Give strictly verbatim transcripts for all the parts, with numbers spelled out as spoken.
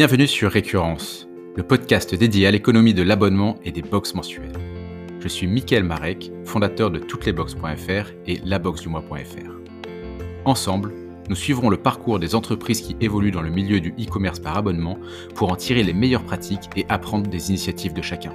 Bienvenue sur Récurrence, le podcast dédié à l'économie de l'abonnement et des box mensuelles. Je suis Mickaël Marek, fondateur de touteslesbox point f r et la box du mois point f r. Ensemble, nous suivrons le parcours des entreprises qui évoluent dans le milieu du e-commerce par abonnement pour en tirer les meilleures pratiques et apprendre des initiatives de chacun.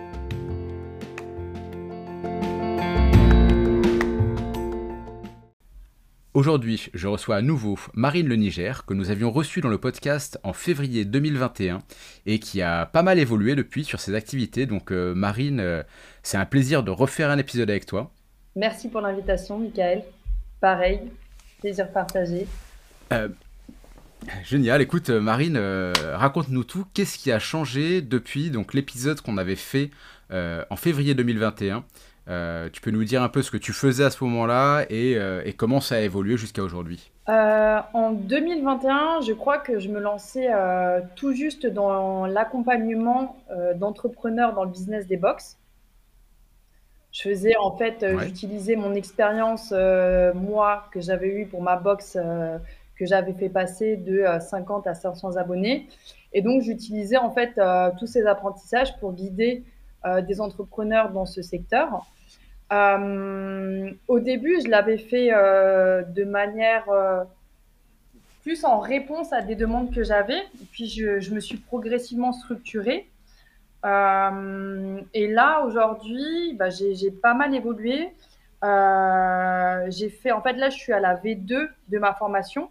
Aujourd'hui, je reçois à nouveau Marine Le Niger, que nous avions reçue dans le podcast en février deux mille vingt et un et qui a pas mal évolué depuis sur ses activités. Donc euh, Marine, euh, c'est un plaisir de refaire un épisode avec toi. Merci pour l'invitation, Mickaël. Pareil, plaisir partagé. Euh, génial, écoute Marine, euh, raconte-nous tout. Qu'est-ce qui a changé depuis donc, l'épisode qu'on avait fait euh, en février deux mille vingt et un? Euh, tu peux nous dire un peu ce que tu faisais à ce moment-là et, euh, et comment ça a évolué jusqu'à aujourd'hui? Euh, en deux mille vingt et un, je crois que je me lançais euh, tout juste dans l'accompagnement euh, d'entrepreneurs dans le business des box. Je faisais en fait, euh, Ouais. j'utilisais mon expérience, euh, moi, que j'avais eue pour ma box, euh, que j'avais fait passer de euh, cinquante à cinq cents abonnés. Et donc, j'utilisais en fait euh, tous ces apprentissages pour guider euh, des entrepreneurs dans ce secteur. Euh, au début, je l'avais fait euh, de manière euh, plus en réponse à des demandes que j'avais. Et puis, je, je me suis progressivement structurée. Euh, et là, aujourd'hui, bah, j'ai, j'ai pas mal évolué. Euh, j'ai fait, en fait, là, je suis à la V deux de ma formation,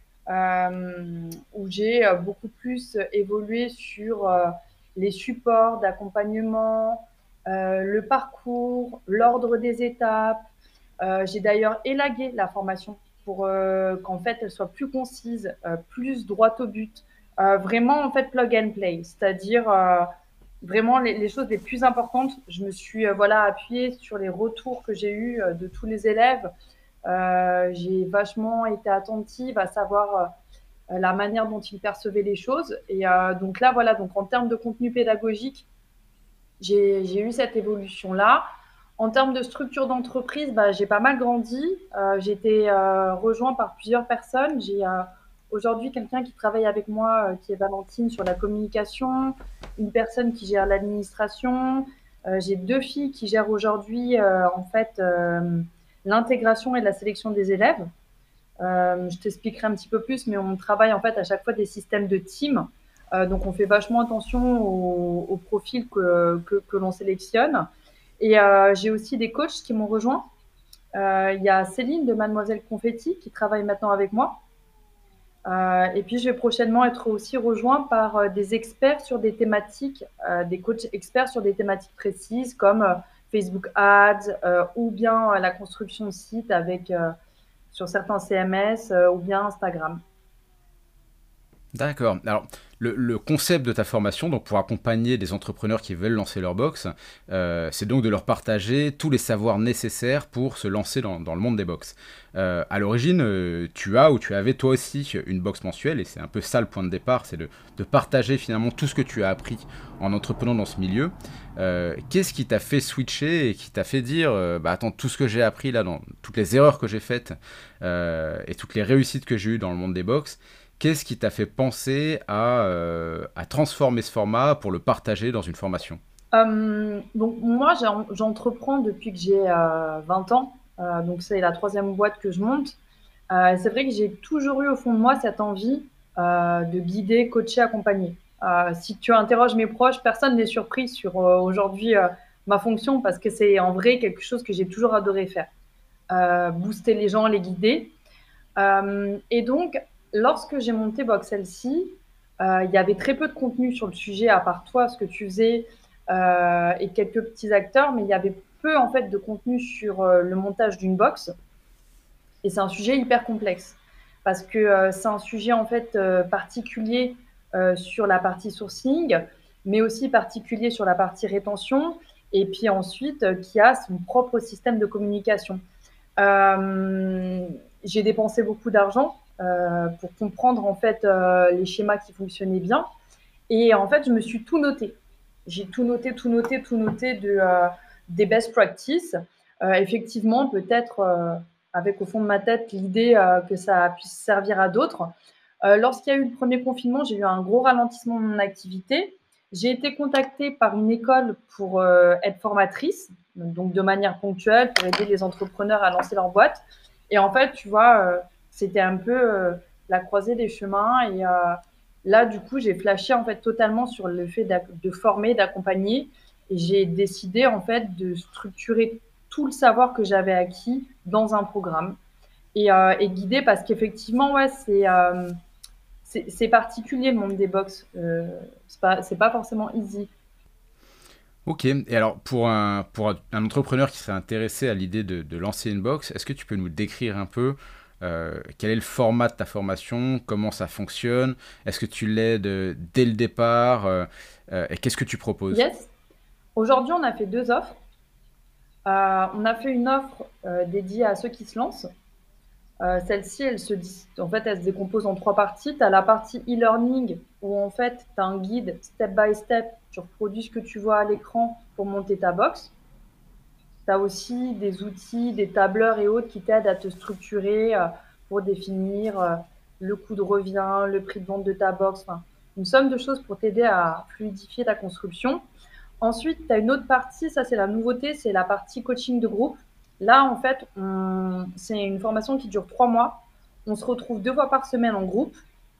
euh, où j'ai euh, beaucoup plus évolué sur euh, les supports d'accompagnement, euh, le parcours, l'ordre des étapes. Euh, j'ai d'ailleurs élagué la formation pour euh, qu'en fait elle soit plus concise, euh, plus droite au but, euh, vraiment en fait plug and play, c'est-à-dire euh, vraiment les, les choses les plus importantes. Je me suis euh, voilà appuyée sur les retours que j'ai eus euh, de tous les élèves. Euh, j'ai vachement été attentive à savoir euh, la manière dont ils percevaient les choses. Et euh, donc là, voilà, donc en termes de contenu pédagogique, j'ai, j'ai eu cette évolution-là. En termes de structure d'entreprise, bah, j'ai pas mal grandi. Euh, j'ai été euh, rejoint par plusieurs personnes. J'ai euh, aujourd'hui quelqu'un qui travaille avec moi, euh, qui est Valentine, sur la communication, une personne qui gère l'administration. Euh, j'ai deux filles qui gèrent aujourd'hui euh, en fait euh, l'intégration et la sélection des élèves. Euh, je t'expliquerai un petit peu plus, mais on travaille en fait à chaque fois des systèmes de team. Euh, donc on fait vachement attention au, au profil que, que, que l'on sélectionne. Et euh, j'ai aussi des coachs qui m'ont rejoint. Euh, Il y a Céline de Mademoiselle Confetti qui travaille maintenant avec moi. Euh, et puis je vais prochainement être aussi rejoint par euh, des experts sur des thématiques, euh, des coachs experts sur des thématiques précises comme euh, Facebook Ads euh, ou bien euh, la construction de sites avec euh, sur certains C M S euh, ou bien Instagram. D'accord. Alors, le, le concept de ta formation, donc pour accompagner des entrepreneurs qui veulent lancer leur box, euh, c'est donc de leur partager tous les savoirs nécessaires pour se lancer dans, dans le monde des box. Euh, à l'origine, euh, tu as ou tu avais toi aussi une box mensuelle, et c'est un peu ça le point de départ, c'est de, de partager finalement tout ce que tu as appris en entreprenant dans ce milieu. Euh, qu'est-ce qui t'a fait switcher et qui t'a fait dire, euh, bah attends, tout ce que j'ai appris là, dans toutes les erreurs que j'ai faites euh, et toutes les réussites que j'ai eues dans le monde des box, qu'est-ce qui t'a fait penser à, euh, à transformer ce format pour le partager dans une formation? Euh, donc moi, j'en- j'entreprends depuis que j'ai euh, vingt ans. Euh, donc c'est la troisième boîte que je monte. Euh, c'est vrai que j'ai toujours eu au fond de moi cette envie euh, de guider, coacher, accompagner. Euh, si tu interroges mes proches, personne n'est surpris sur euh, aujourd'hui euh, ma fonction parce que c'est en vrai quelque chose que j'ai toujours adoré faire. Euh, booster les gens, les guider. Euh, et donc, lorsque j'ai monté Boxelcy, euh, il y avait très peu de contenu sur le sujet, à part toi, ce que tu faisais, euh, et quelques petits acteurs, mais il y avait peu en fait de contenu sur euh, le montage d'une box. Et c'est un sujet hyper complexe parce que euh, c'est un sujet en fait euh, particulier euh, sur la partie sourcing, mais aussi particulier sur la partie rétention, et puis ensuite euh, qui a son propre système de communication. Euh, j'ai dépensé beaucoup d'argent euh, pour comprendre en fait euh, les schémas qui fonctionnaient bien. Et en fait, je me suis tout noté. J'ai tout noté, tout noté, tout noté de, euh, des best practices. Euh, effectivement, peut-être euh, avec au fond de ma tête l'idée euh, que ça puisse servir à d'autres. Euh, Lorsqu'il y a eu le premier confinement, j'ai eu un gros ralentissement de mon activité. J'ai été contactée par une école pour euh, être formatrice, donc de manière ponctuelle, pour aider les entrepreneurs à lancer leur boîte. Et en fait, tu vois, euh, c'était un peu euh, la croisée des chemins. Et euh, là, du coup, j'ai flashé en fait totalement sur le fait de former, d'accompagner. Et j'ai décidé en fait de structurer tout le savoir que j'avais acquis dans un programme et, euh, et guider parce qu'effectivement, ouais, c'est euh, c'est c'est particulier le monde des box. Euh, c'est pas, c'est pas forcément easy. Ok, et alors pour un, pour un entrepreneur qui serait intéressé à l'idée de, de lancer une box, est-ce que tu peux nous décrire un peu euh, quel est le format de ta formation, comment ça fonctionne, est-ce que tu l'aides euh, dès le départ euh, euh, et qu'est-ce que tu proposes? Yes. Aujourd'hui, on a fait deux offres. Euh, on a fait une offre euh, dédiée à ceux qui se lancent. Euh, celle-ci, elle se, dis- en fait, elle se décompose en trois parties. Tu as la partie e-learning où en fait, tu as un guide step by step. Tu reproduis ce que tu vois à l'écran pour monter ta box. Tu as aussi des outils, des tableurs et autres qui t'aident à te structurer euh, pour définir euh, le coût de revient, le prix de vente de ta box, enfin, une somme de choses pour t'aider à fluidifier ta construction. Ensuite, tu as une autre partie, ça c'est la nouveauté, c'est la partie coaching de groupe. Là, en fait, on... c'est une formation qui dure trois mois. On se retrouve deux fois par semaine en groupe.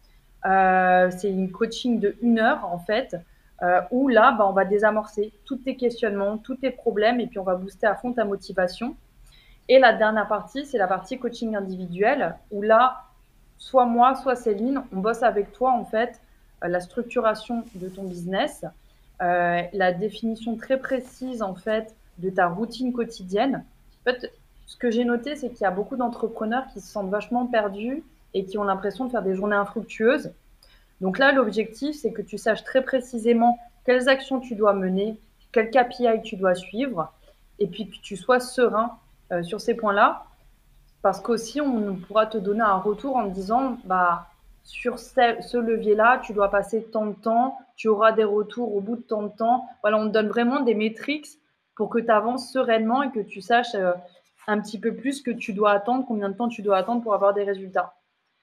Euh, c'est une coaching de une heure, en fait, euh, où là, bah, on va désamorcer tous tes questionnements, tous tes problèmes, et puis on va booster à fond ta motivation. Et la dernière partie, c'est la partie coaching individuel, où là, soit moi, soit Céline, on bosse avec toi, en fait, euh, la structuration de ton business, euh, la définition très précise, en fait, de ta routine quotidienne. En fait, ce que j'ai noté, c'est qu'il y a beaucoup d'entrepreneurs qui se sentent vachement perdus et qui ont l'impression de faire des journées infructueuses. Donc là, l'objectif, c'est que tu saches très précisément quelles actions tu dois mener, quel K P I tu dois suivre, et puis que tu sois serein euh, sur ces points-là, parce qu'aussi, on pourra te donner un retour en te disant, bah, sur ce, ce levier-là, tu dois passer tant de temps, tu auras des retours au bout de tant de temps. Voilà, on te donne vraiment des métriques pour que tu avances sereinement et que tu saches euh, un petit peu plus ce que tu dois attendre, combien de temps tu dois attendre pour avoir des résultats.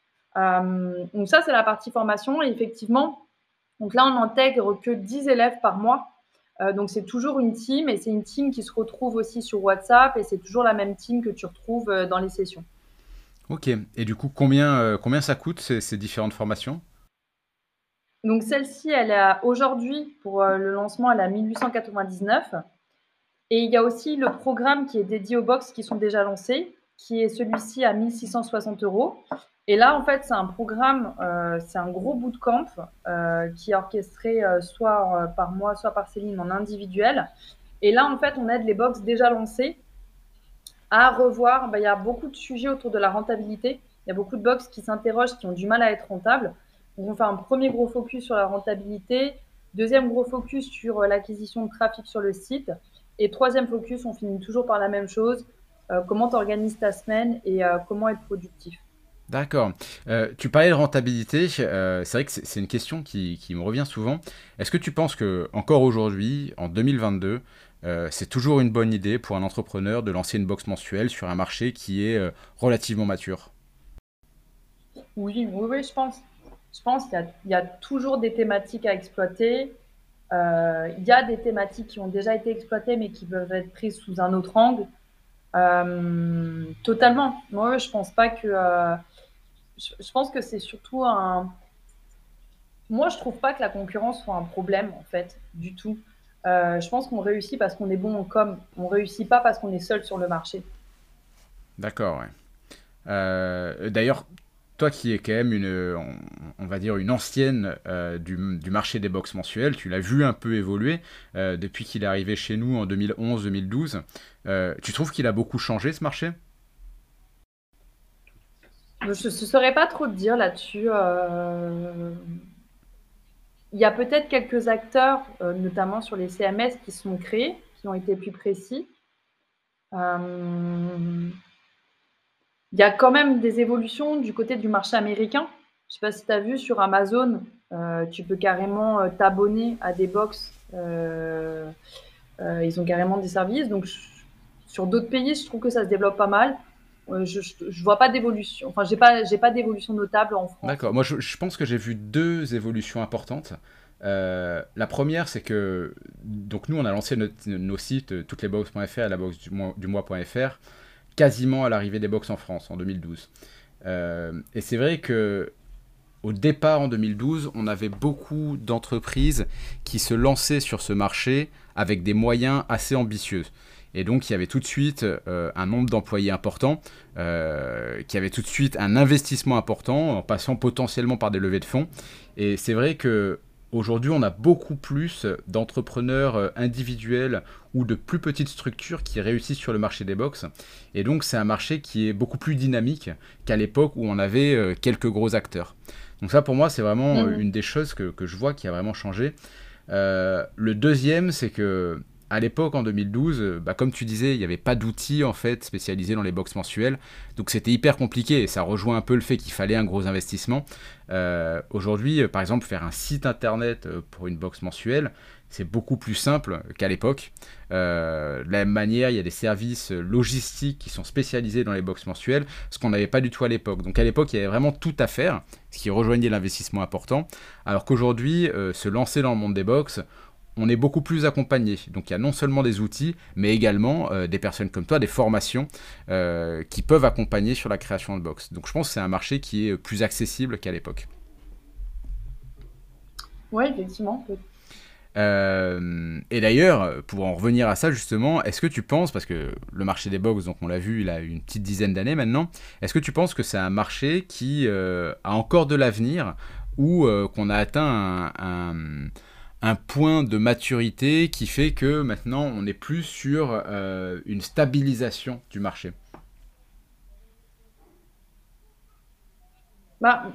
Euh, donc ça, c'est la partie formation. Et effectivement, donc là, on n'intègre que dix élèves par mois. Euh, donc c'est toujours une team et c'est une team qui se retrouve aussi sur WhatsApp et c'est toujours la même team que tu retrouves euh, dans les sessions. Ok, et du coup combien, euh, combien ça coûte ces, ces différentes formations? Donc celle-ci, elle est aujourd'hui, pour euh, le lancement, elle est à mille huit cent quatre-vingt-dix-neuf. Et il y a aussi le programme qui est dédié aux box qui sont déjà lancés, qui est celui-ci à mille six cent soixante euros. Et là, en fait, c'est un programme, euh, c'est un gros bootcamp euh, qui est orchestré euh, soit euh, par moi, soit par Céline en individuel. Et là, en fait, on aide les box déjà lancés à revoir. Bah, il y a beaucoup de sujets autour de la rentabilité. Il y a beaucoup de box qui s'interrogent, qui ont du mal à être rentables. Donc, on fait un premier gros focus sur la rentabilité, deuxième gros focus sur euh, l'acquisition de trafic sur le site, et troisième focus, on finit toujours par la même chose, euh, comment tu organises ta semaine et euh, comment être productif. D'accord. Euh, tu parlais de rentabilité, euh, c'est vrai que c'est c'est une question qui, qui me revient souvent. Est-ce que tu penses que encore aujourd'hui, en deux mille vingt-deux, euh, c'est toujours une bonne idée pour un entrepreneur de lancer une box mensuelle sur un marché qui est euh, relativement mature? Oui, oui, oui, je pense. Je pense qu'il y a, il y a toujours des thématiques à exploiter. Euh, il y a des thématiques qui ont déjà été exploitées, mais qui peuvent être prises sous un autre angle. Euh, totalement. Moi, je pense pas que. Euh, je, je pense que c'est surtout un. Moi, je trouve pas que la concurrence soit un problème, en fait, du tout. Euh, je pense qu'on réussit parce qu'on est bon en com. On réussit pas parce qu'on est seul sur le marché. D'accord, ouais. Euh, d'ailleurs, toi qui es quand même une, on, on va dire une ancienne euh, du, du marché des box mensuelles, tu l'as vu un peu évoluer euh, depuis qu'il est arrivé chez nous en deux mille onze-deux mille douze. Euh, tu trouves qu'il a beaucoup changé ce marché? Je ne saurais pas trop te dire là-dessus. Euh, il y a peut-être quelques acteurs, euh, notamment sur les C M S, qui sont créés, qui ont été plus précis. Euh, Il y a quand même des évolutions du côté du marché américain. Je ne sais pas si tu as vu sur Amazon, euh, tu peux carrément euh, t'abonner à des box. Euh, euh, ils ont carrément des services. Donc, je- sur d'autres pays, je trouve que ça se développe pas mal. Euh, je, je, je vois pas d'évolution. Enfin, j'ai pas, j'ai pas d'évolution notable en France. D'accord. Moi, je, je pense que j'ai vu deux évolutions importantes. Euh, la première, c'est que donc nous, on a lancé notre- nos sites, euh, toutes les box point F R et la box du mois, du mois point F R, quasiment à l'arrivée des box en France en deux mille douze. Euh, et c'est vrai que au départ en deux mille douze, on avait beaucoup d'entreprises qui se lançaient sur ce marché avec des moyens assez ambitieux. Et donc, il y avait tout de suite euh, un nombre d'employés important, euh, qui avait tout de suite un investissement important, en passant potentiellement par des levées de fonds. Et c'est vrai que aujourd'hui, on a beaucoup plus d'entrepreneurs euh, individuels ou de plus petites structures qui réussissent sur le marché des box. Et donc, c'est un marché qui est beaucoup plus dynamique qu'à l'époque où on avait euh, quelques gros acteurs. Donc ça, pour moi, c'est vraiment euh, Mhm. une des choses que, que je vois qui a vraiment changé. Euh, le deuxième, c'est que à l'époque, en deux mille douze, euh, bah, comme tu disais, il n'y avait pas d'outils en fait spécialisés dans les box mensuelles, donc c'était hyper compliqué et ça rejoint un peu le fait qu'il fallait un gros investissement. Euh, Aujourd'hui, euh, par exemple, faire un site internet euh, pour une box mensuelle, c'est beaucoup plus simple qu'à l'époque. Euh, de la même manière, il y a des services euh, logistiques qui sont spécialisés dans les box mensuelles, ce qu'on n'avait pas du tout à l'époque. Donc à l'époque, il y avait vraiment tout à faire, ce qui rejoignait l'investissement important, alors qu'aujourd'hui, euh, se lancer dans le monde des box, on est beaucoup plus accompagné. Donc il y a non seulement des outils, mais également euh, des personnes comme toi, des formations euh, qui peuvent accompagner sur la création de box. Donc je pense que c'est un marché qui est plus accessible qu'à l'époque. Oui, effectivement. Euh, et d'ailleurs, pour en revenir à ça justement, est-ce que tu penses, parce que le marché des box, donc on l'a vu, il a une petite dizaine d'années maintenant, est-ce que tu penses que c'est un marché qui euh, a encore de l'avenir ou euh, qu'on a atteint un, un, un point de maturité qui fait que maintenant on n'est plus sur euh, une stabilisation du marché? Bah,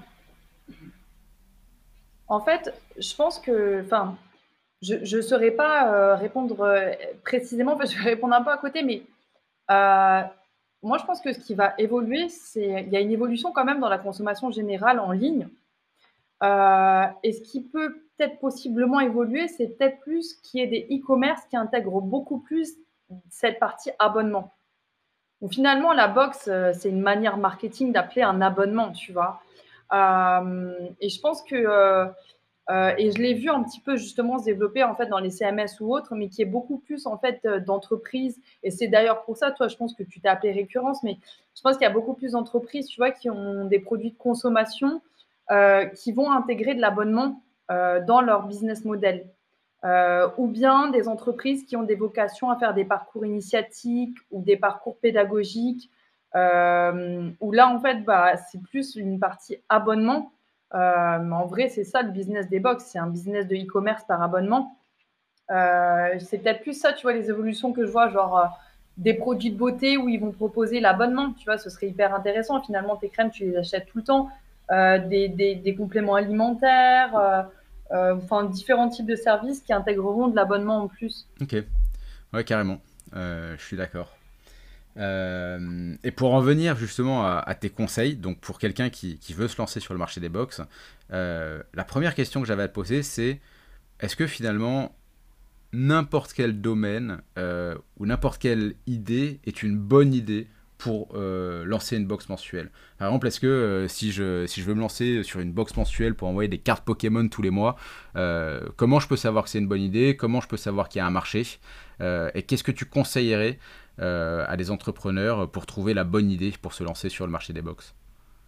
en fait, je pense que, enfin, je ne saurais pas euh, répondre euh, précisément parce que je vais répondre un peu à côté, mais euh, moi, je pense que ce qui va évoluer, c'est il y a une évolution quand même dans la consommation générale en ligne. Euh, et ce qui peut peut-être possiblement évoluer, c'est peut-être plus qu'il y ait des e-commerce qui intègrent beaucoup plus cette partie abonnement. Donc finalement, la box, euh, c'est une manière marketing d'appeler un abonnement, tu vois. Euh, et je pense que euh, euh, et je l'ai vu un petit peu justement se développer en fait dans les C M S ou autres, mais qui est beaucoup plus en fait euh, d'entreprises. Et c'est d'ailleurs pour ça, toi, je pense que tu t'es appelé récurrence, mais je pense qu'il y a beaucoup plus d'entreprises, tu vois, qui ont des produits de consommation euh, qui vont intégrer de l'abonnement euh, dans leur business model. Euh, ou bien des entreprises qui ont des vocations à faire des parcours initiatiques ou des parcours pédagogiques, euh, où là, en fait, bah, c'est plus une partie abonnement. Euh, mais en vrai, c'est ça le business des box, c'est un business de e-commerce par abonnement. Euh, c'est peut-être plus ça, tu vois, les évolutions que je vois, genre euh, des produits de beauté où ils vont proposer l'abonnement, tu vois, ce serait hyper intéressant. Finalement, tes crèmes, tu les achètes tout le temps. Euh, des, des, des, compléments alimentaires, euh, euh, enfin différents types de services qui intégreront de l'abonnement en plus. Ok, ouais, carrément. Euh, je suis d'accord. Euh, et pour en venir justement à, à tes conseils, donc pour quelqu'un qui, qui veut se lancer sur le marché des box, euh, la première question que j'avais à te poser, c'est est-ce que finalement n'importe quel domaine euh, ou n'importe quelle idée est une bonne idée pour euh, lancer une box mensuelle? Par exemple, est-ce que euh, si, je, si je veux me lancer sur une box mensuelle pour envoyer des cartes Pokémon tous les mois, euh, comment je peux savoir que c'est une bonne idée? Comment je peux savoir qu'il y a un marché? Euh, et qu'est-ce que tu conseillerais euh, à des entrepreneurs pour trouver la bonne idée pour se lancer sur le marché des box?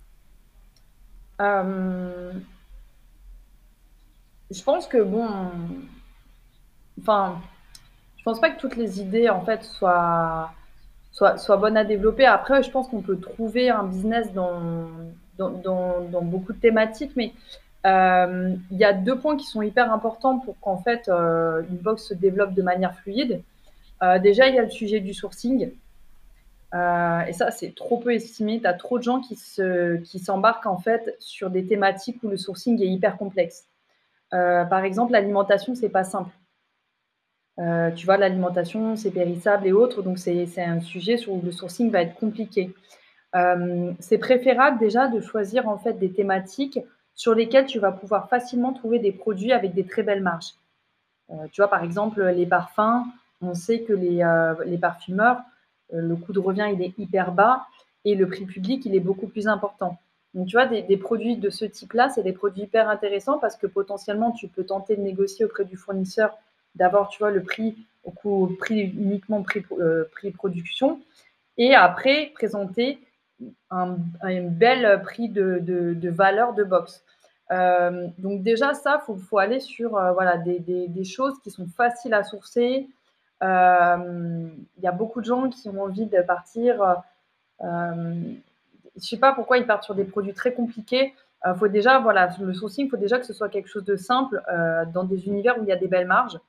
Euh, je pense que bon, enfin, je pense pas que toutes les idées en fait soient soit, soit bonne à développer. Après, je pense qu'on peut trouver un business dans, dans, dans, dans beaucoup de thématiques, mais euh, il y a deux points qui sont hyper importants pour qu'en fait euh, une box se développe de manière fluide. Euh, déjà, il y a le sujet du sourcing. Euh, et ça, c'est trop peu estimé. Tu as trop de gens qui, se, qui s'embarquent en fait sur des thématiques où le sourcing est hyper complexe. Euh, par exemple, l'alimentation, c'est pas simple. Euh, tu vois, l'alimentation, c'est périssable et autres, donc c'est, c'est un sujet sur où le sourcing va être compliqué. Euh, c'est préférable déjà de choisir en fait des thématiques sur lesquelles tu vas pouvoir facilement trouver des produits avec des très belles marges. Euh, tu vois, par exemple, les parfums, on sait que les, euh, les parfumeurs, euh, le coût de revient il est hyper bas et le prix public, il est beaucoup plus important. Donc, tu vois, des, des produits de ce type-là, c'est des produits hyper intéressants parce que potentiellement, tu peux tenter de négocier auprès du fournisseur d'avoir, tu vois, le prix au coût, prix uniquement prix, euh, prix production et après présenter un, un bel prix de, de, de valeur de box. Euh, donc déjà, ça, il faut, faut aller sur euh, voilà, des, des, des choses qui sont faciles à sourcer. Il euh, y a beaucoup de gens qui ont envie de partir. Euh, je ne sais pas pourquoi ils partent sur des produits très compliqués. Euh, faut déjà, voilà, le sourcing, il faut déjà que ce soit quelque chose de simple euh, dans des univers où il y a des belles marges.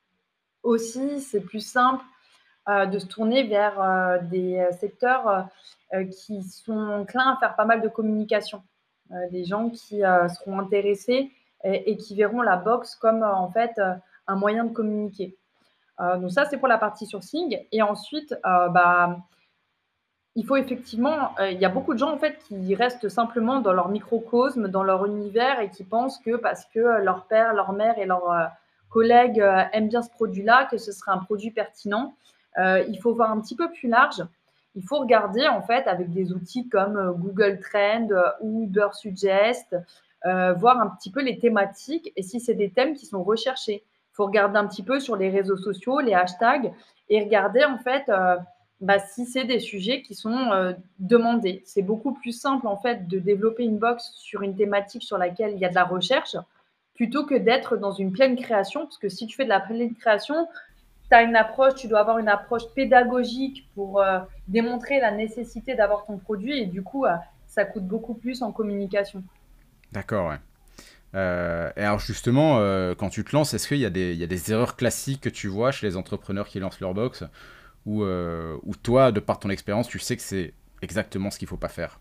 Aussi, c'est plus simple euh, de se tourner vers euh, des secteurs euh, qui sont enclins à faire pas mal de communication. Euh, des gens qui euh, seront intéressés et, et, qui verront la box comme euh, en fait euh, un moyen de communiquer. Euh, donc ça, c'est pour la partie sourcing. Et ensuite, euh, bah, il faut effectivement, euh, il y a beaucoup de gens en fait qui restent simplement dans leur microcosme, dans leur univers et qui pensent que parce que leur père, leur mère et leurs euh, collègues euh, aiment bien ce produit-là, que ce serait un produit pertinent. Euh, il faut voir un petit peu plus large. Il faut regarder en fait avec des outils comme euh, Google Trend euh, ou Uber Suggest, euh, voir un petit peu les thématiques et si c'est des thèmes qui sont recherchés. Il faut regarder un petit peu sur les réseaux sociaux, les hashtags et regarder en fait euh, bah, si c'est des sujets qui sont euh, demandés. C'est beaucoup plus simple en fait de développer une box sur une thématique sur laquelle il y a de la recherche plutôt que d'être dans une pleine création, parce que si tu fais de la pleine création, tu as une approche, tu dois avoir une approche pédagogique pour euh, démontrer la nécessité d'avoir ton produit et du coup, euh, ça coûte beaucoup plus en communication. D'accord, ouais. Euh, et alors justement, euh, quand tu te lances, est-ce qu'il y a des, il y a des erreurs classiques que tu vois chez les entrepreneurs qui lancent leur box ou euh, ou toi, de par ton expérience, tu sais que c'est exactement ce qu'il faut pas faire?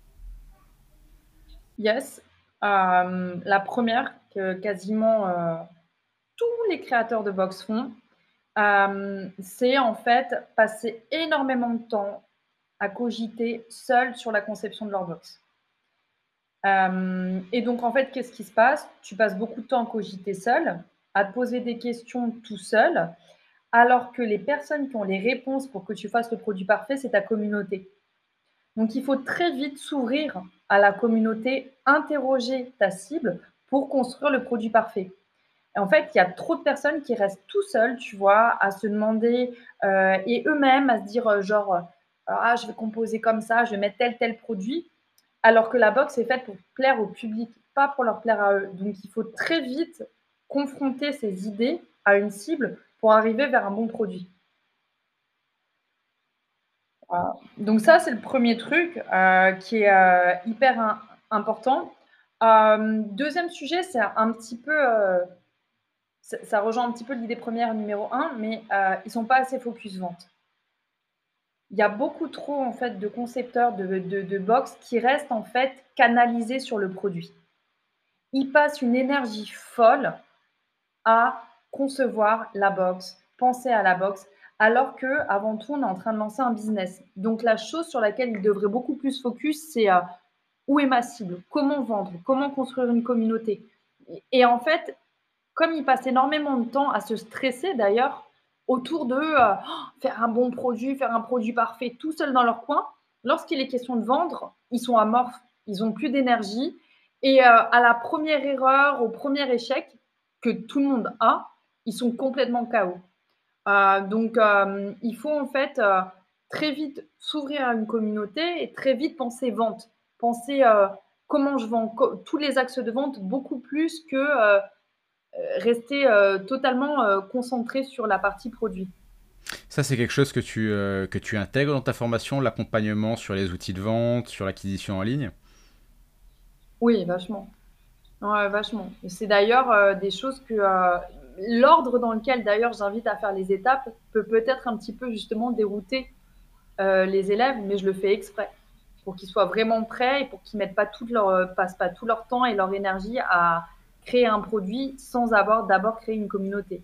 Yes. Euh, la première que quasiment euh, tous les créateurs de box font, euh, c'est en fait passer énormément de temps à cogiter seul sur la conception de leur box. Euh, et donc, en fait, qu'est-ce qui se passe? Tu passes beaucoup de temps à cogiter seul, à te poser des questions tout seul, alors que les personnes qui ont les réponses pour que tu fasses le produit parfait, c'est ta communauté. Donc, il faut très vite s'ouvrir à la communauté, interroger ta cible pour construire le produit parfait. Et en fait, il y a trop de personnes qui restent tout seuls, tu vois, à se demander euh, et eux-mêmes à se dire euh, genre, euh, ah, je vais composer comme ça, je vais mettre tel tel produit, alors que la box est faite pour plaire au public, pas pour leur plaire à eux. Donc, il faut très vite confronter ces idées à une cible pour arriver vers un bon produit. Voilà. Donc ça, c'est le premier truc euh, qui est euh, hyper un- important. Euh, deuxième sujet, c'est un petit peu, euh, ça, ça rejoint un petit peu l'idée première numéro un, mais euh, ils sont pas assez focus vente. Il y a beaucoup trop en fait de concepteurs de, de, de box qui restent en fait canalisés sur le produit. Ils passent une énergie folle à concevoir la box, penser à la box, alors que avant tout, on est en train de lancer un business. Donc la chose sur laquelle il devrait beaucoup plus focus, c'est euh, où est ma cible, comment vendre, comment construire une communauté. Et, et en fait, comme ils passent énormément de temps à se stresser d'ailleurs autour de euh, faire un bon produit, faire un produit parfait, tout seul dans leur coin, lorsqu'il est question de vendre, ils sont amorphes, ils ont plus d'énergie. Et euh, à la première erreur, au premier échec que tout le monde a, ils sont complètement K O. Euh, donc, euh, il faut en fait euh, très vite s'ouvrir à une communauté et très vite penser vente, penser euh, comment je vends, tous les axes de vente beaucoup plus que euh, rester euh, totalement euh, concentré sur la partie produit. Ça, c'est quelque chose que tu, euh, que tu intègres dans ta formation, l'accompagnement sur les outils de vente, sur l'acquisition en ligne? Oui, vachement. Ouais, vachement. Et c'est d'ailleurs euh, des choses que euh, l'ordre dans lequel d'ailleurs j'invite à faire les étapes peut peut-être un petit peu justement dérouter euh, les élèves, mais je le fais exprès pour qu'ils soient vraiment prêts et pour qu'ils mettent pas toute leur, euh, passent pas tout leur temps et leur énergie à créer un produit sans avoir d'abord créé une communauté.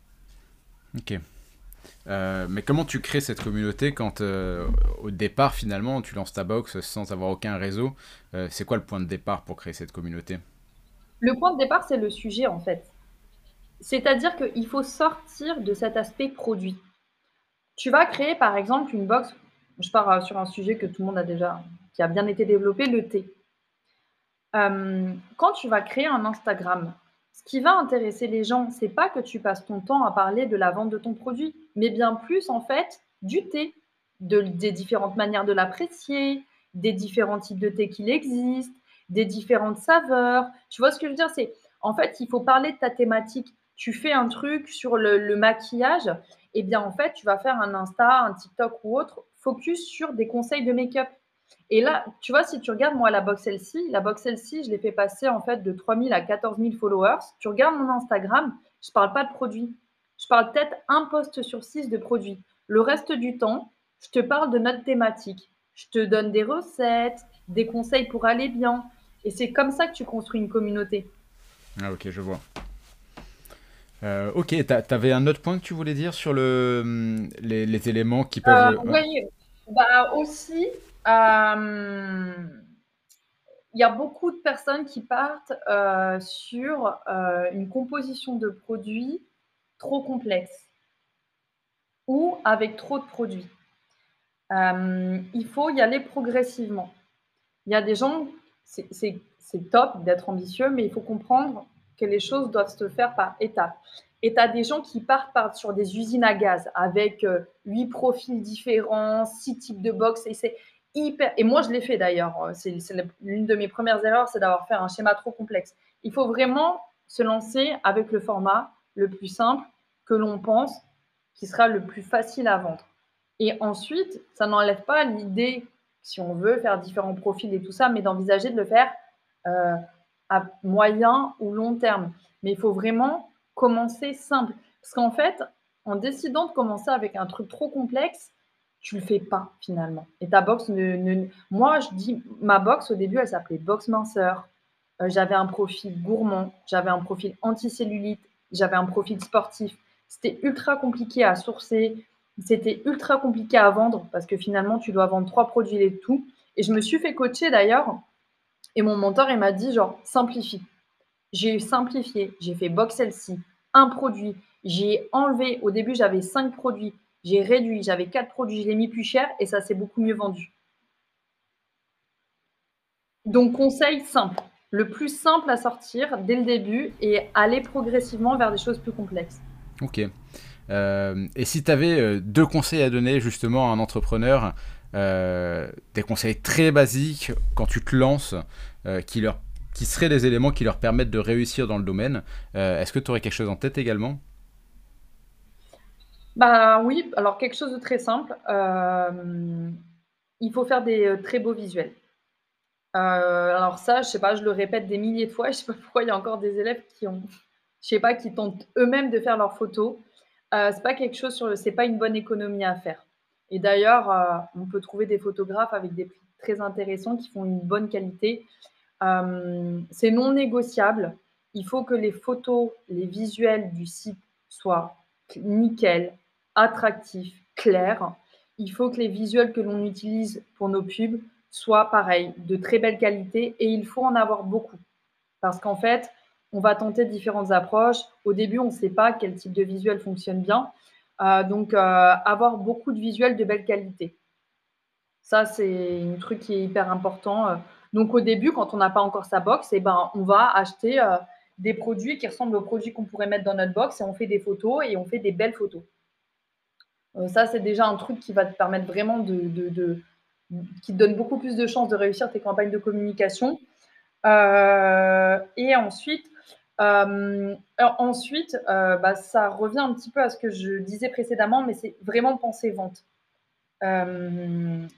Ok. Euh, mais comment tu crées cette communauté quand euh, au départ finalement tu lances ta box sans avoir aucun réseau? Euh, c'est quoi le point de départ pour créer cette communauté? Le point de départ, c'est le sujet en fait. C'est-à-dire qu'il faut sortir de cet aspect produit. Tu vas créer par exemple une box Je pars euh, sur un sujet que tout le monde a déjà, qui a bien été développé, le thé. Euh, quand tu vas créer un Instagram, ce qui va intéresser les gens, c'est pas que tu passes ton temps à parler de la vente de ton produit, mais bien plus en fait du thé, de, des différentes manières de l'apprécier, des différents types de thé qu'il existe, des différentes saveurs. Tu vois ce que je veux dire? C'est en fait, il faut parler de ta thématique. Tu fais un truc sur le, le maquillage, et bien en fait, tu vas faire un Insta, un TikTok ou autre, focus sur des conseils de make-up. Et là, tu vois, si tu regardes, moi, la box L C, la box L C, je l'ai fait passer en fait de trois mille à quatorze mille followers. Tu regardes mon Instagram, je ne parle pas de produits. Je parle peut-être un post sur six de produits. Le reste du temps, je te parle de notre thématique. Je te donne des recettes, des conseils pour aller bien. Et c'est comme ça que tu construis une communauté. Ah, ok, je vois. Euh, ok, t'a- t'avais un autre point que tu voulais dire sur le, hum, les, les éléments qui Euh, peuvent... ouais. oui, bah aussi, euh, il y a beaucoup de personnes qui partent euh, sur euh, une composition de produits trop complexe ou avec trop de produits. Euh, il faut y aller progressivement. Il y a des gens, c'est c'est- c'est top d'être ambitieux, mais il faut comprendre que les choses doivent se faire par étapes. Et tu as des gens qui partent par- sur des usines à gaz avec euh, huit profils différents, six types de box, et c'est hyper. Et moi, je l'ai fait d'ailleurs. C'est c'est l'une de mes premières erreurs, c'est d'avoir fait un schéma trop complexe. Il faut vraiment se lancer avec le format le plus simple que l'on pense qui sera le plus facile à vendre. Et ensuite, ça n'enlève pas l'idée, si on veut faire différents profils et tout ça, mais d'envisager de le faire euh, à moyen ou long terme. Mais il faut vraiment commencer simple. Parce qu'en fait, en décidant de commencer avec un truc trop complexe, tu le fais pas finalement. Et ta box ne, ne- moi, je dis, ma box au début, elle s'appelait box minceur. Euh, j'avais un profil gourmand, j'avais un profil anticellulite, j'avais un profil sportif. C'était ultra compliqué à sourcer, c'était ultra compliqué à vendre parce que finalement, tu dois vendre trois produits et tout. Et je me suis fait coacher d'ailleurs. Et mon mentor, il m'a dit genre, simplifie. J'ai simplifié. J'ai fait Box L C, un produit. J'ai enlevé, au début, j'avais cinq produits. J'ai réduit, j'avais quatre produits. Je l'ai mis plus cher et ça s'est beaucoup mieux vendu. Donc, conseil simple. Le plus simple à sortir dès le début et aller progressivement vers des choses plus complexes. Ok. Euh, et si tu avais deux conseils à donner justement à un entrepreneur, euh, des conseils très basiques quand tu te lances, euh, qui, leur, qui seraient des éléments qui leur permettent de réussir dans le domaine, euh, est-ce que tu aurais quelque chose en tête également? Bah oui, alors quelque chose de très simple. Euh, il faut faire des euh, très beaux visuels. Euh, alors ça, je sais pas, je le répète des milliers de fois. Je sais pas pourquoi il y a encore des élèves qui ont, je sais pas, qui tentent eux-mêmes de faire leurs photos. Euh, c'est pas quelque chose sur le, c'est pas une bonne économie à faire. Et d'ailleurs, euh, on peut trouver des photographes avec des prix très intéressants qui font une bonne qualité. Euh, c'est non négociable. Il faut que les photos, les visuels du site soient nickel, attractifs, clairs. Il faut que les visuels que l'on utilise pour nos pubs soient pareils, de très belle qualité, et il faut en avoir beaucoup. Parce qu'en fait, on va tenter différentes approches. Au début, on ne sait pas quel type de visuel fonctionne bien. Euh, donc, euh, avoir beaucoup de visuels de belle qualité. Ça, c'est un truc qui est hyper important. Donc, au début, quand on n'a pas encore sa box, eh ben, on va acheter euh, des produits qui ressemblent aux produits qu'on pourrait mettre dans notre box et on fait des photos et on fait des belles photos. Euh, ça, c'est déjà un truc qui va te permettre vraiment de, de, de qui te donne beaucoup plus de chances de réussir tes campagnes de communication. Euh, et ensuite, euh, ensuite euh, bah, ça revient un petit peu à ce que je disais précédemment, mais c'est vraiment penser vente. Euh,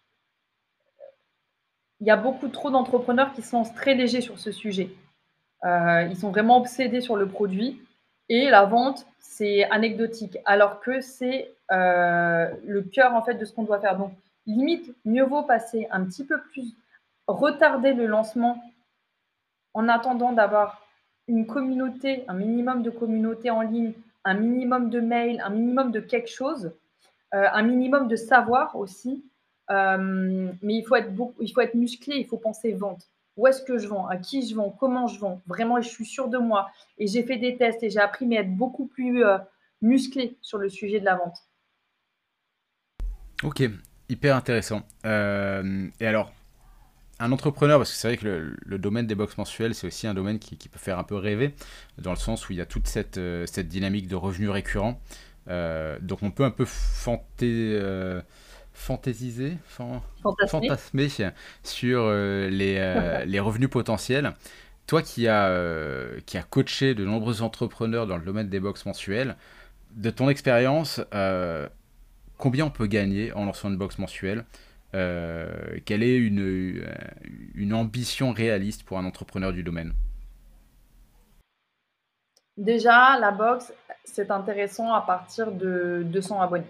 Il y a beaucoup trop d'entrepreneurs qui se lancent très légers sur ce sujet. Euh, ils sont vraiment obsédés sur le produit et la vente, c'est anecdotique, alors que c'est euh, le cœur en fait de ce qu'on doit faire. Donc, limite, mieux vaut passer un petit peu plus, retarder le lancement en attendant d'avoir une communauté, un minimum de communauté en ligne, un minimum de mails, un minimum de quelque chose, euh, un minimum de savoir aussi. Euh, mais il faut, être beaucoup, il faut être musclé, il faut penser vente. Où est-ce que je vends? À qui je vends? Comment je vends? Vraiment, je suis sûre de moi. Et j'ai fait des tests et j'ai appris à être beaucoup plus euh, musclé sur le sujet de la vente. Ok. hyper intéressant. Euh, et alors, un entrepreneur, parce que c'est vrai que le, le domaine des box mensuelles, c'est aussi un domaine qui, qui peut faire un peu rêver, dans le sens où il y a toute cette, euh, cette dynamique de revenus récurrents. Euh, donc on peut un peu fanté, euh, fantaisiser, fan- Fantasmé. fantasmer sur euh, les, euh, les revenus potentiels. Toi qui as, euh, qui as coaché de nombreux entrepreneurs dans le domaine des box mensuelles, de ton expérience, euh, combien on peut gagner en lançant une box mensuelle? Euh, quelle est une, une ambition réaliste pour un entrepreneur du domaine? Déjà, la box, c'est intéressant à partir de deux cents abonnés.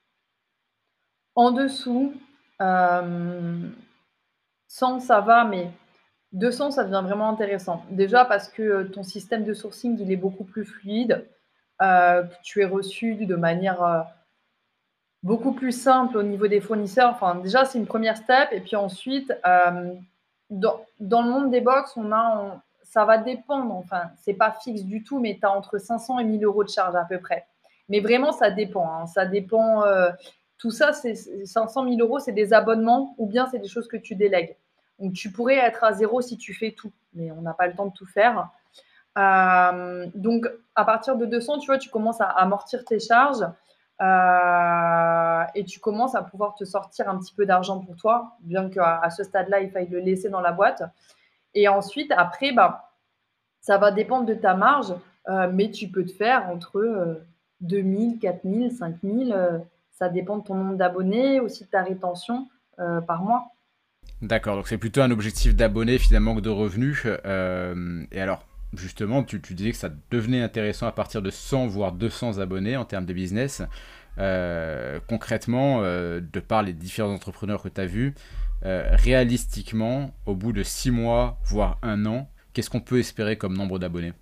En dessous, hem, cent ça va, mais deux cents ça devient vraiment intéressant. Déjà parce que, heu, ton système de sourcing, il est beaucoup plus fluide, heu, que tu es reçu de manière, heu, beaucoup plus simple au niveau des fournisseurs. Enfin, déjà, c'est une première step et puis ensuite, hem, dans dans le monde des box, on a on ça va dépendre, enfin, c'est pas fixe du tout, mais tu as entre cinq cents et mille euros de charge à peu près. Mais vraiment, ça dépend, hein, ça dépend, heu, tout ça, c'est c'est cinq cents mille euros, c'est des abonnements ou bien c'est des choses que tu délègues. Donc tu pourrais être à zéro si tu fais tout, mais on n'a pas le temps de tout faire. Hem, donc à partir de deux cents, tu vois, tu commences à amortir tes charges, heu et tu commences à pouvoir te sortir un petit peu d'argent pour toi, bien qu'à à ce stade-là, il faille le laisser dans la boîte et ensuite après, bah, ça va dépendre de ta marge, heu, mais tu peux te faire entre, heu, deux mille, quatre mille, cinq mille, heu, ça dépend de ton nombre d'abonnés, aussi de ta rétention, heu, par mois. D'accord, donc c'est plutôt un objectif d'abonnés finalement que de revenus. Euh, et alors, justement, tu, tu disais que ça devenait intéressant à partir de cent voire deux cents abonnés en termes de business. Euh, concrètement, euh, de par les différents entrepreneurs que tu as vus, euh, réalistiquement, au bout de six mois, voire un an, qu'est-ce qu'on peut espérer comme nombre d'abonnés?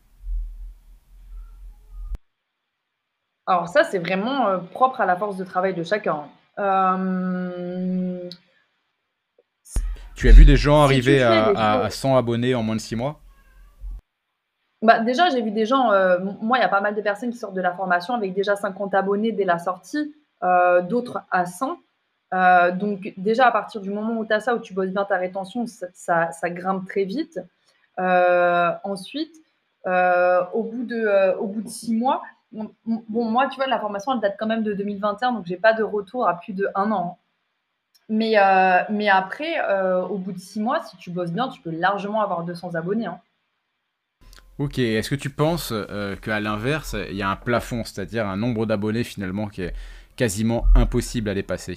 Alors ça, c'est vraiment, heu, propre à la force de travail de chacun, hein. Hem, Tu as vu des gens si tu arriver fais à, les à, à choses cent abonnés en moins de six mois? bah, déjà, j'ai vu des gens, heu, m moi, il y a pas mal de personnes qui sortent de la formation avec déjà cinquante abonnés dès la sortie, heu, d'autres à cent. Heu, donc déjà, à partir du moment où tu as ça, où tu bosses bien ta rétention, ça ça ça grimpe très vite. Heu, ensuite, heu, au bout de, heu, au bout de six mois, bon bon, moi, tu vois, la formation, elle date quand même de deux mille vingt et un, donc j'ai pas de retour à plus de un an, hein. Mais, heu, mais après, heu, au bout de six mois, si tu bosses bien, tu peux largement avoir deux cents abonnés, hein. Ok, est-ce que tu penses euh, qu'à l'inverse, il y a un plafond, c'est-à-dire un nombre d'abonnés finalement qui est quasiment impossible à dépasser?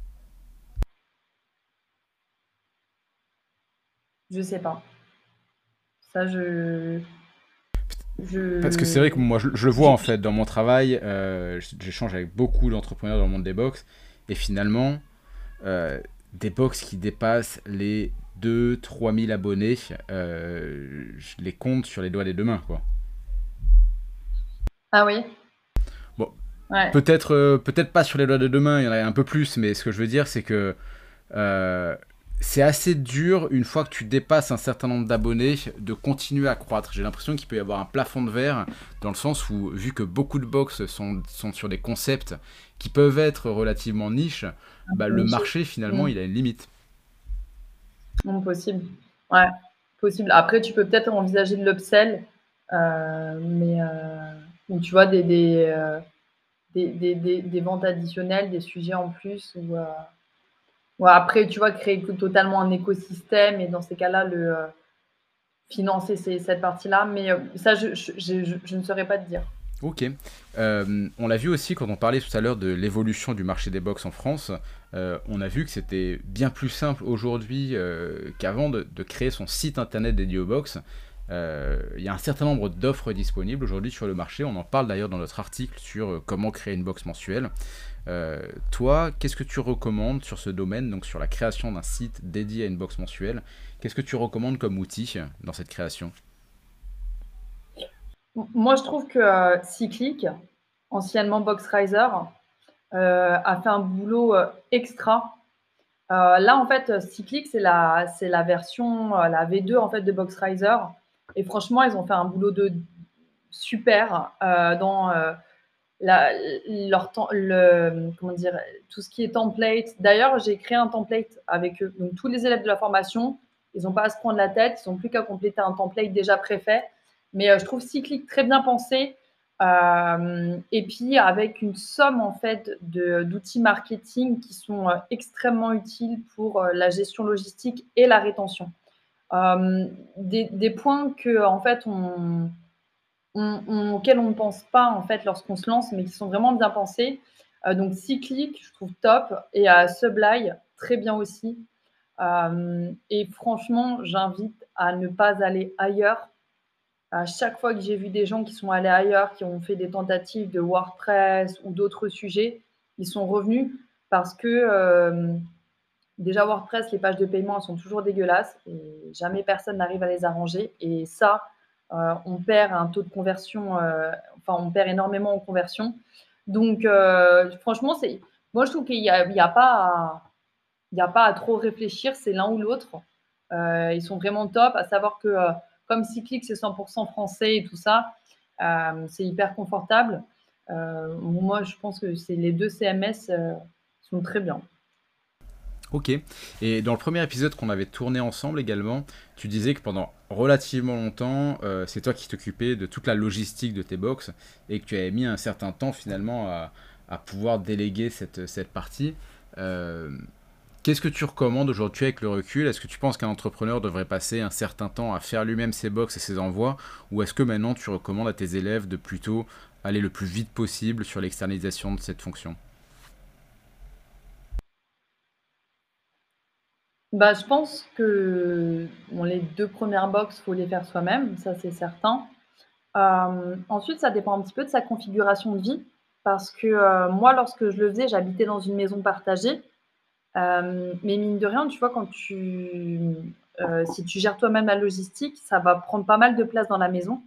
Je sais pas. Ça, je Parce que c'est vrai que je moi, je, je le vois en j'ai fait dans mon travail, euh, j'échange avec beaucoup d'entrepreneurs dans le monde des box, et finalement, euh, des box qui dépassent les deux trois mille abonnés, euh, je les compte sur les doigts des deux mains, quoi. ah oui? Bon, Ouais. peut-être euh, peut-être pas sur les doigts des deux mains, il y en a un peu plus, mais ce que je veux dire, c'est que euh, c'est assez dur, une fois que tu dépasses un certain nombre d'abonnés, de continuer à croître. J'ai l'impression qu'il peut y avoir un plafond de verre, dans le sens où, vu que beaucoup de box sont, sont sur des concepts qui peuvent être relativement niches, Un bah, peu le niché. marché, finalement, Mmh. il a une limite. Mmh, possible. Ouais, possible. Après, tu peux peut-être envisager de l'upsell, heu, mais, heu, ou tu vois des des, heu, des des des des ventes additionnelles, des sujets en plus ou, heu, ou après, tu vois, créer que totalement un écosystème et dans ces cas-là, le, heu, financer ces cette partie-là, mais, heu, ça, je je je je je ne saurais pas te dire. Ok. Euh, on l'a vu aussi quand on parlait tout à l'heure de l'évolution du marché des box en France. Euh, on a vu que c'était bien plus simple aujourd'hui euh, qu'avant de, de créer son site internet dédié aux box. Euh, Il y a un certain nombre d'offres disponibles aujourd'hui sur le marché. On en parle d'ailleurs dans notre article sur euh, comment créer une box mensuelle. Euh, toi, qu'est-ce que tu recommandes sur ce domaine, donc sur la création d'un site dédié à une box mensuelle? Qu'est-ce que tu recommandes comme outil dans cette création? M moi, je trouve que, heu, Cyclic, anciennement Boxriser, heu, a fait un boulot, heu, extra. Heu, là, en fait, Cyclic, c'est la c'est la version, heu, la V deux, en fait, de Boxriser et franchement, ils ont fait un boulot de super, heu, dans, heu la, leur temps, le, comment dire, tout ce qui est template. D'ailleurs, j'ai créé un template avec eux. Donc, tous les élèves de la formation, ils n'ont pas à se prendre la tête, ils n'ont plus qu'à compléter un template déjà préfet. Mais euh, je trouve Cyclic très bien pensé. Euh, et puis, avec une somme en fait de, d'outils marketing qui sont euh, extrêmement utiles pour euh, la gestion logistique et la rétention. Euh, des, des points que en fait on, on, on, auxquels on ne pense pas en fait lorsqu'on se lance, mais qui sont vraiment bien pensés. Euh, donc Cyclic, je trouve top, et à Sublime, très bien aussi. Euh, et franchement, j'invite à ne pas aller ailleurs. À chaque fois que j'ai vu des gens qui sont allés ailleurs, qui ont fait des tentatives de WordPress ou d'autres sujets, ils sont revenus parce que euh, déjà WordPress, les pages de paiement, elles sont toujours dégueulasses et jamais personne n'arrive à les arranger. Et ça, euh, on perd un taux de conversion, euh, enfin, on perd énormément en conversion. Donc, euh, franchement, c'est, moi, je trouve qu'il n'y a, il y a, pas à, il y a pas à trop réfléchir, c'est l'un ou l'autre. Euh, ils sont vraiment top, à savoir que euh, comme Cyclic, c'est cent pour cent français et tout ça, euh, c'est hyper confortable. Euh, moi, je pense que c'est les deux C M S euh, sont très bien. Ok. Et dans le premier épisode qu'on avait tourné ensemble également, tu disais que pendant relativement longtemps, euh, c'est toi qui t'occupais de toute la logistique de tes box et que tu avais mis un certain temps finalement à, à pouvoir déléguer cette, cette partie. Euh, Qu'est-ce que tu recommandes aujourd'hui avec le recul? Est-ce que tu penses qu'un entrepreneur devrait passer un certain temps à faire lui-même ses box et ses envois? Ou est-ce que maintenant tu recommandes à tes élèves de plutôt aller le plus vite possible sur l'externalisation de cette fonction? Bah, je pense que bon, les deux premières box, faut les faire soi-même, ça c'est certain. Euh, ensuite, ça dépend un petit peu de sa configuration de vie, parce que euh, moi, lorsque je le faisais, j'habitais dans une maison partagée. Euh, mais mine de rien, tu vois, quand tu, euh, si tu gères toi-même la logistique, ça va prendre pas mal de place dans la maison.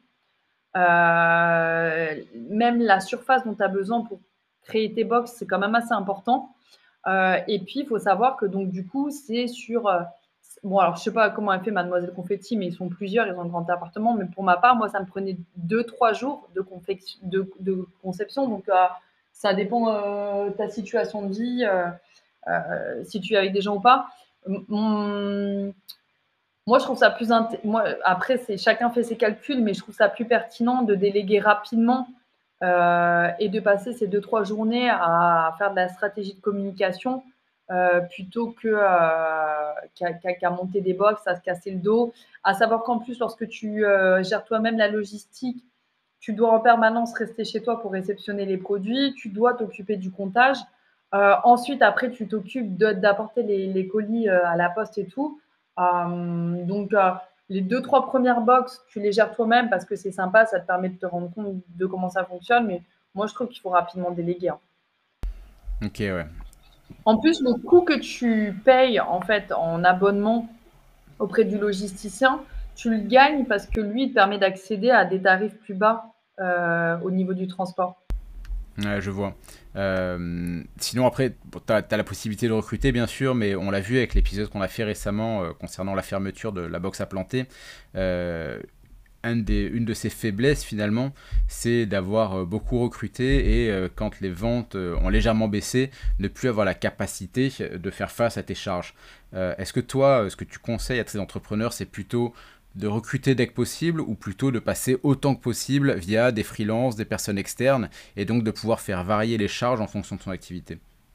Euh, même la surface dont tu as besoin pour créer tes box, c'est quand même assez important. Euh, et puis, il faut savoir que donc du coup, c'est sur. Euh, bon, alors je sais pas comment elle fait Mademoiselle Confetti, mais ils sont plusieurs, ils ont un grand appartement. Mais pour ma part, moi, ça me prenait deux, trois jours de, confection, de, de conception. Donc, euh, ça dépend euh, de ta situation de vie, euh, euh, si tu es avec des gens ou pas. Mon, moi, je trouve ça plus. Int... Moi, après, c'est chacun fait ses calculs, mais je trouve ça plus pertinent de déléguer rapidement euh, et de passer ces deux trois journées à faire de la stratégie de communication euh, plutôt que euh, qu'à, qu'à, qu'à monter des box, à se casser le dos. À savoir qu'en plus, lorsque tu euh, gères toi-même la logistique, tu dois en permanence rester chez toi pour réceptionner les produits, tu dois t'occuper du comptage. Euh, ensuite, après, tu t'occupes de, d'apporter les, les colis euh, à la poste et tout. Euh, donc, euh, les deux, trois premières box, tu les gères toi-même parce que c'est sympa, ça te permet de te rendre compte de comment ça fonctionne. Mais moi, je trouve qu'il faut rapidement déléguer, hein. Ok, ouais. En plus, le coût que tu payes en fait en abonnement auprès du logisticien, tu le gagnes parce que lui, il te permet d'accéder à des tarifs plus bas euh, au niveau du transport. Ouais, je vois. Euh, sinon, après, tu as, la possibilité de recruter, bien sûr, mais on l'a vu avec l'épisode qu'on a fait récemment euh, concernant la fermeture de la box à planter. Euh, un des, une de ses faiblesses, finalement, c'est d'avoir euh, beaucoup recruté et euh, quand les ventes euh, ont légèrement baissé, ne plus avoir la capacité de faire face à tes charges. Euh, Est-ce que toi, euh, ce que tu conseilles à tes entrepreneurs, c'est plutôt de recruter dès que possible ou plutôt de passer autant que possible via des freelances, des personnes externes et donc de pouvoir faire varier les charges en fonction de son activité?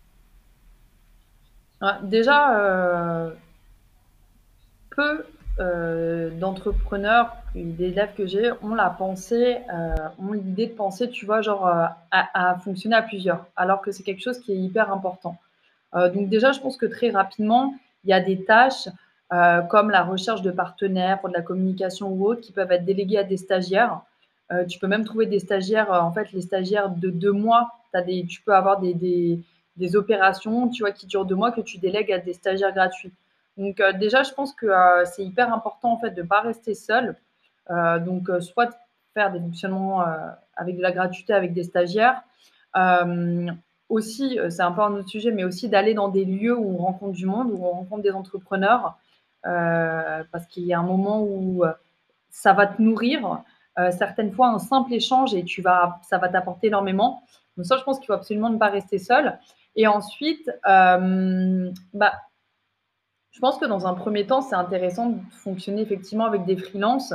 Ouais, déjà, euh, peu euh, d'entrepreneurs, d'élèves que j'ai, ont la pensée, euh, ont l'idée de penser, tu vois, genre euh, à, à fonctionner à plusieurs, alors que c'est quelque chose qui est hyper important. Euh, donc déjà, je pense que très rapidement, il y a des tâches euh, comme la recherche de partenaires pour de la communication ou autre qui peuvent être déléguées à des stagiaires. Euh, tu peux même trouver des stagiaires, euh, en fait, les stagiaires de deux mois, t'as des, tu peux avoir des, des, des opérations tu vois, qui durent deux mois que tu délègues à des stagiaires gratuits. Donc euh, déjà, je pense que euh, c'est hyper important en fait de ne pas rester seul. Euh, donc euh, soit faire des fonctionnements euh, avec de la gratuité avec des stagiaires. Euh, aussi, euh, c'est un peu un autre sujet, mais aussi d'aller dans des lieux où on rencontre du monde, où on rencontre des entrepreneurs, euh, parce qu'il y a un moment où euh, ça va te nourrir. Euh, certaines fois, un simple échange et tu vas, ça va t'apporter énormément. Donc ça, je pense qu'il faut absolument ne pas rester seul. Et ensuite, euh, bah, je pense que dans un premier temps, c'est intéressant de fonctionner effectivement avec des freelances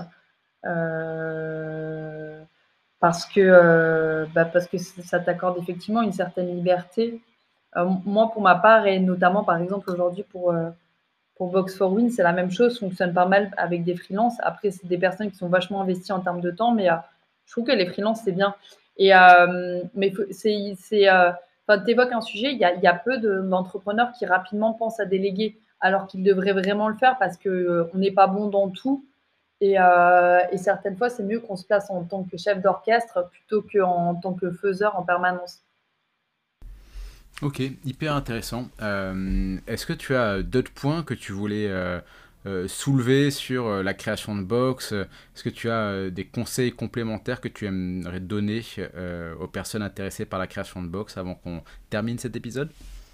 euh, parce que, euh, bah, parce que ça t'accorde effectivement une certaine liberté. Euh, moi, pour ma part, et notamment par exemple aujourd'hui pour, euh, pour Box for Win, c'est la même chose, fonctionne pas mal avec des freelances. Après, c'est des personnes qui sont vachement investies en termes de temps, mais euh, je trouve que les freelances, c'est bien. Et, euh, mais c'est, c'est, euh, tu évoques un sujet, il y a, il y a peu de, d'entrepreneurs qui rapidement pensent à déléguer alors qu'ils devraient vraiment le faire parce qu'on euh, n'est pas bon dans tout. Et, euh, et certaines fois, c'est mieux qu'on se place en tant que chef d'orchestre plutôt qu'en tant que faiseur en permanence. Ok, hyper intéressant. Euh, est-ce que tu as d'autres points que tu voulais euh, euh, soulever sur euh, la création de box? Est-ce que tu as euh, des conseils complémentaires que tu aimerais donner euh, aux personnes intéressées par la création de box avant qu'on termine cet épisode?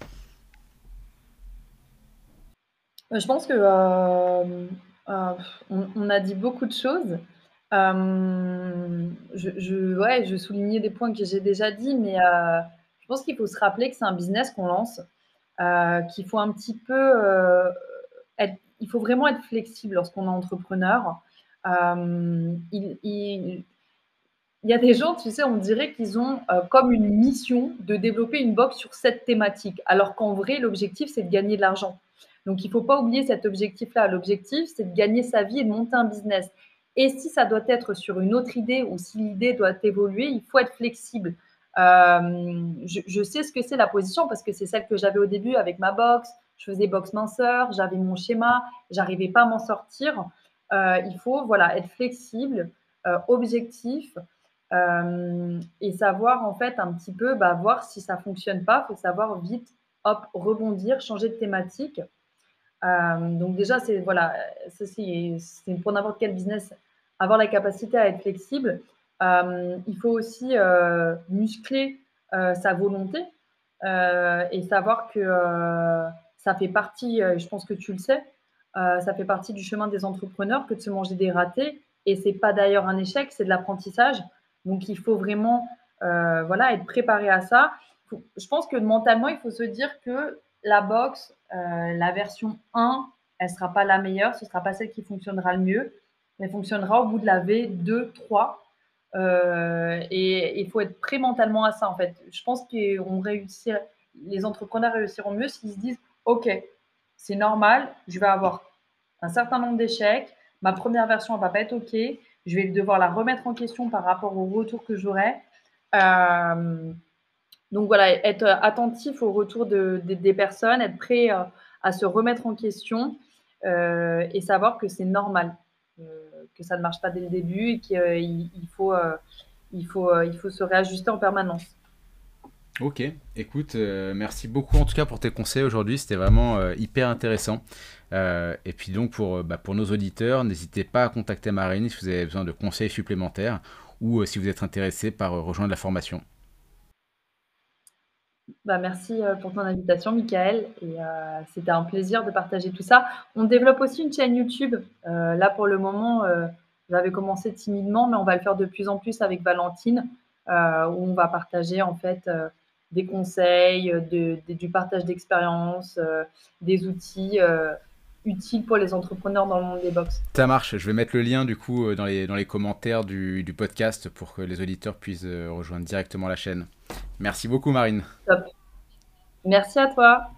Je pense que euh, euh, on, on a dit beaucoup de choses. Euh, je, je, ouais, je soulignais des points que j'ai déjà dit, mais euh, je pense qu'il faut se rappeler que c'est un business qu'on lance, euh, qu'il faut un petit peu euh, être, il faut vraiment être flexible lorsqu'on est entrepreneur. Euh, il, il, il y a des gens, tu sais, on dirait qu'ils ont euh, comme une mission de développer une box sur cette thématique, alors qu'en vrai, l'objectif, c'est de gagner de l'argent. Donc, il ne faut pas oublier cet objectif-là. L'objectif, c'est de gagner sa vie et de monter un business. Et si ça doit être sur une autre idée ou si l'idée doit évoluer, il faut être flexible. Euh, je, je sais ce que c'est la position parce que c'est celle que j'avais au début avec ma box. Je faisais box minceur, j'avais mon schéma, j'arrivais pas à m'en sortir. Euh, il faut voilà, être flexible, euh, objectif. Euh, et savoir en fait un petit peu bah, voir si ça fonctionne pas, il faut savoir vite hop rebondir, changer de thématique. Euh, donc déjà c'est voilà, ça, c'est, c'est pour n'importe quel business, avoir la capacité à être flexible. Euh, il faut aussi euh, muscler euh, sa volonté euh, et savoir que euh, ça fait partie, euh, je pense que tu le sais, euh, ça fait partie du chemin des entrepreneurs que de se manger des ratés. Et c'est pas d'ailleurs un échec, c'est de l'apprentissage. Donc il faut vraiment euh, voilà, être préparé à ça. Faut, je pense que mentalement, il faut se dire que la boxe, euh, la version un, elle ne sera pas la meilleure, ce ne sera pas celle qui fonctionnera le mieux. Elle fonctionnera au bout de la V deux, trois. Euh, et il faut être prêt mentalement à ça, en fait. Je pense qu'on réussit, les entrepreneurs réussiront mieux s'ils se disent « Ok, c'est normal, je vais avoir un certain nombre d'échecs, ma première version ne va pas être OK, je vais devoir la remettre en question par rapport au retour que j'aurai. Euh, » Donc voilà, être attentif au retour de, de, des personnes, être prêt à, à se remettre en question euh, et savoir que c'est normal, euh, que ça ne marche pas dès le début et qu'il euh, il faut, euh, il, faut, euh, il faut se réajuster en permanence. Ok, écoute, euh, merci beaucoup en tout cas pour tes conseils aujourd'hui, c'était vraiment euh, hyper intéressant. Euh, et puis donc pour, bah, pour nos auditeurs, n'hésitez pas à contacter Marine si vous avez besoin de conseils supplémentaires ou euh, si vous êtes intéressé par euh, rejoindre la formation. Bah, merci pour ton invitation, Michael. Et euh, c'était un plaisir de partager tout ça. On développe aussi une chaîne YouTube. Euh, là, pour le moment, euh, j'avais commencé timidement, mais on va le faire de plus en plus avec Valentine, euh, où on va partager en fait euh, des conseils, de, de, du partage d'expériences, euh, des outils euh, utiles pour les entrepreneurs dans le monde des box. Ça marche, je vais mettre le lien du coup dans les, dans les commentaires du, du podcast pour que les auditeurs puissent rejoindre directement la chaîne. Merci beaucoup Marine. Top. Merci à toi.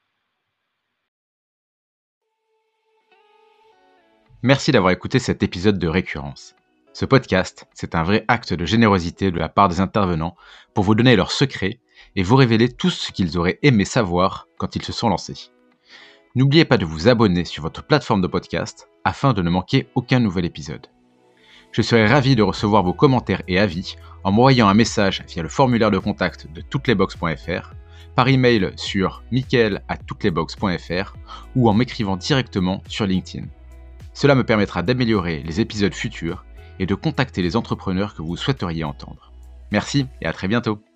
Merci d'avoir écouté cet épisode de Récurrence. Ce podcast, c'est un vrai acte de générosité de la part des intervenants pour vous donner leurs secrets et vous révéler tout ce qu'ils auraient aimé savoir quand ils se sont lancés. N'oubliez pas de vous abonner sur votre plateforme de podcast afin de ne manquer aucun nouvel épisode. Je serai ravi de recevoir vos commentaires et avis en m'envoyant un message via le formulaire de contact de toutes-les-box point f r, par email sur michael arobase toutes-les-box point f r ou en m'écrivant directement sur LinkedIn. Cela me permettra d'améliorer les épisodes futurs et de contacter les entrepreneurs que vous souhaiteriez entendre. Merci et à très bientôt.